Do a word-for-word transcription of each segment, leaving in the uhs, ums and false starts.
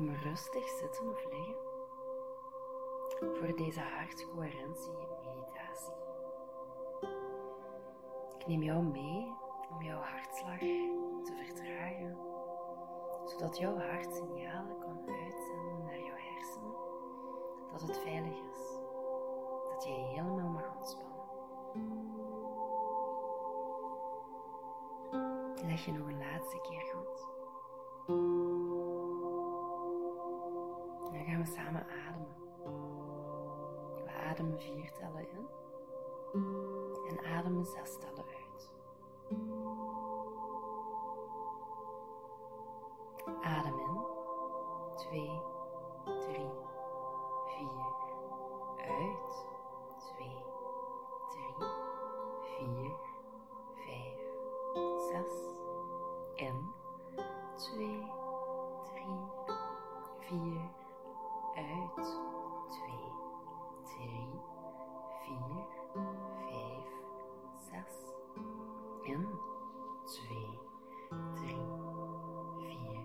Kom rustig zitten of liggen voor deze hartcoherentie-meditatie. Ik neem jou mee om jouw hartslag te vertragen, zodat jouw hart signalen kan uitzenden naar jouw hersenen dat het veilig is, dat je helemaal mag ontspannen. Leg je nog een laatste keer goed. Dan gaan we samen ademen. We ademen vier tellen in en ademen zes tellen uit. Adem in, twee, drie, vier, uit, twee, drie, vier, vijf, zes, in, twee, drie, vier, uit, twee, drie, vier, vijf, zes, in, twee, drie, vier,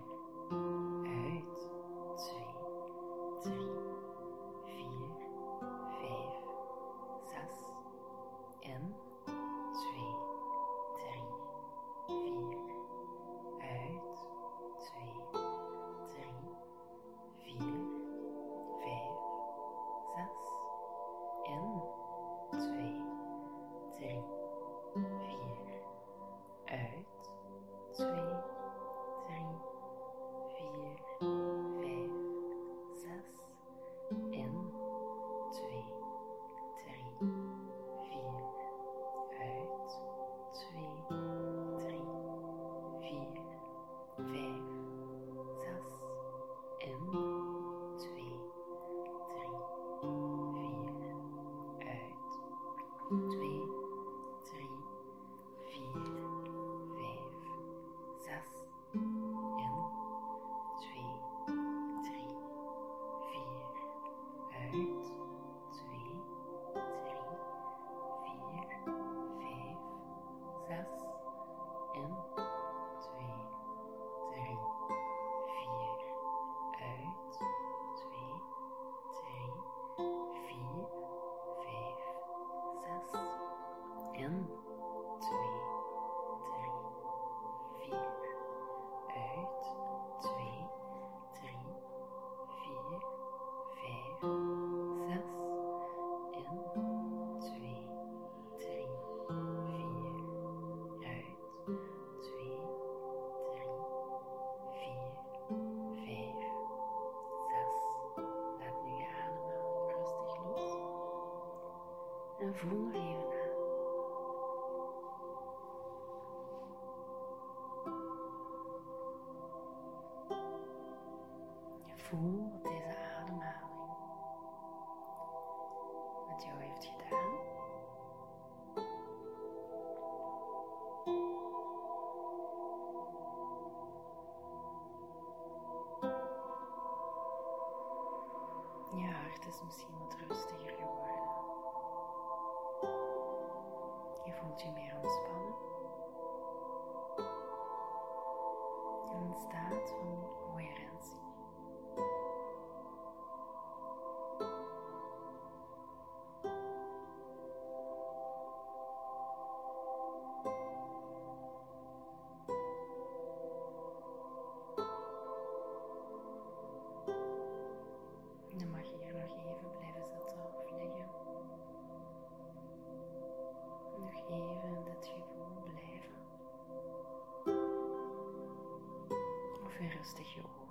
uit, twee, drie, vier, vijf, zes, in, twee, drie, vier, uit, twee, drie, vier, vijf, zes, in, twee, drie, vier, uit, twee, drie, vier, vijf, zes, in, twee, drie, vier, uit, twee, drie, vier, vijf, zes, in, twee, drie, vier, uit, twee, drie, vier, vijf, zes, in, twee, drie, vier, uit, twee, drie, vier, vijf, zes, in, twee, drie, vier, uit, twee, drie, vier, vijf, zes, in, twee, drie, vier, uit, twee, drie, vier, vijf, zes, in, twee, drie, vier, uit, twee, drie, vier, vijf, zes. Laat nu je ademhaling rustig los en voel nog even na. Je voelt wat deze ademhaling met jou heeft gedaan. Je hart is misschien wat rustiger geworden. Je voelt je meer ontspannen. In een staat van coherentie. En dan mag je hier nog even blijven zitten of liggen. Nog even in dit gevoel blijven. Of weer rustig je ogen.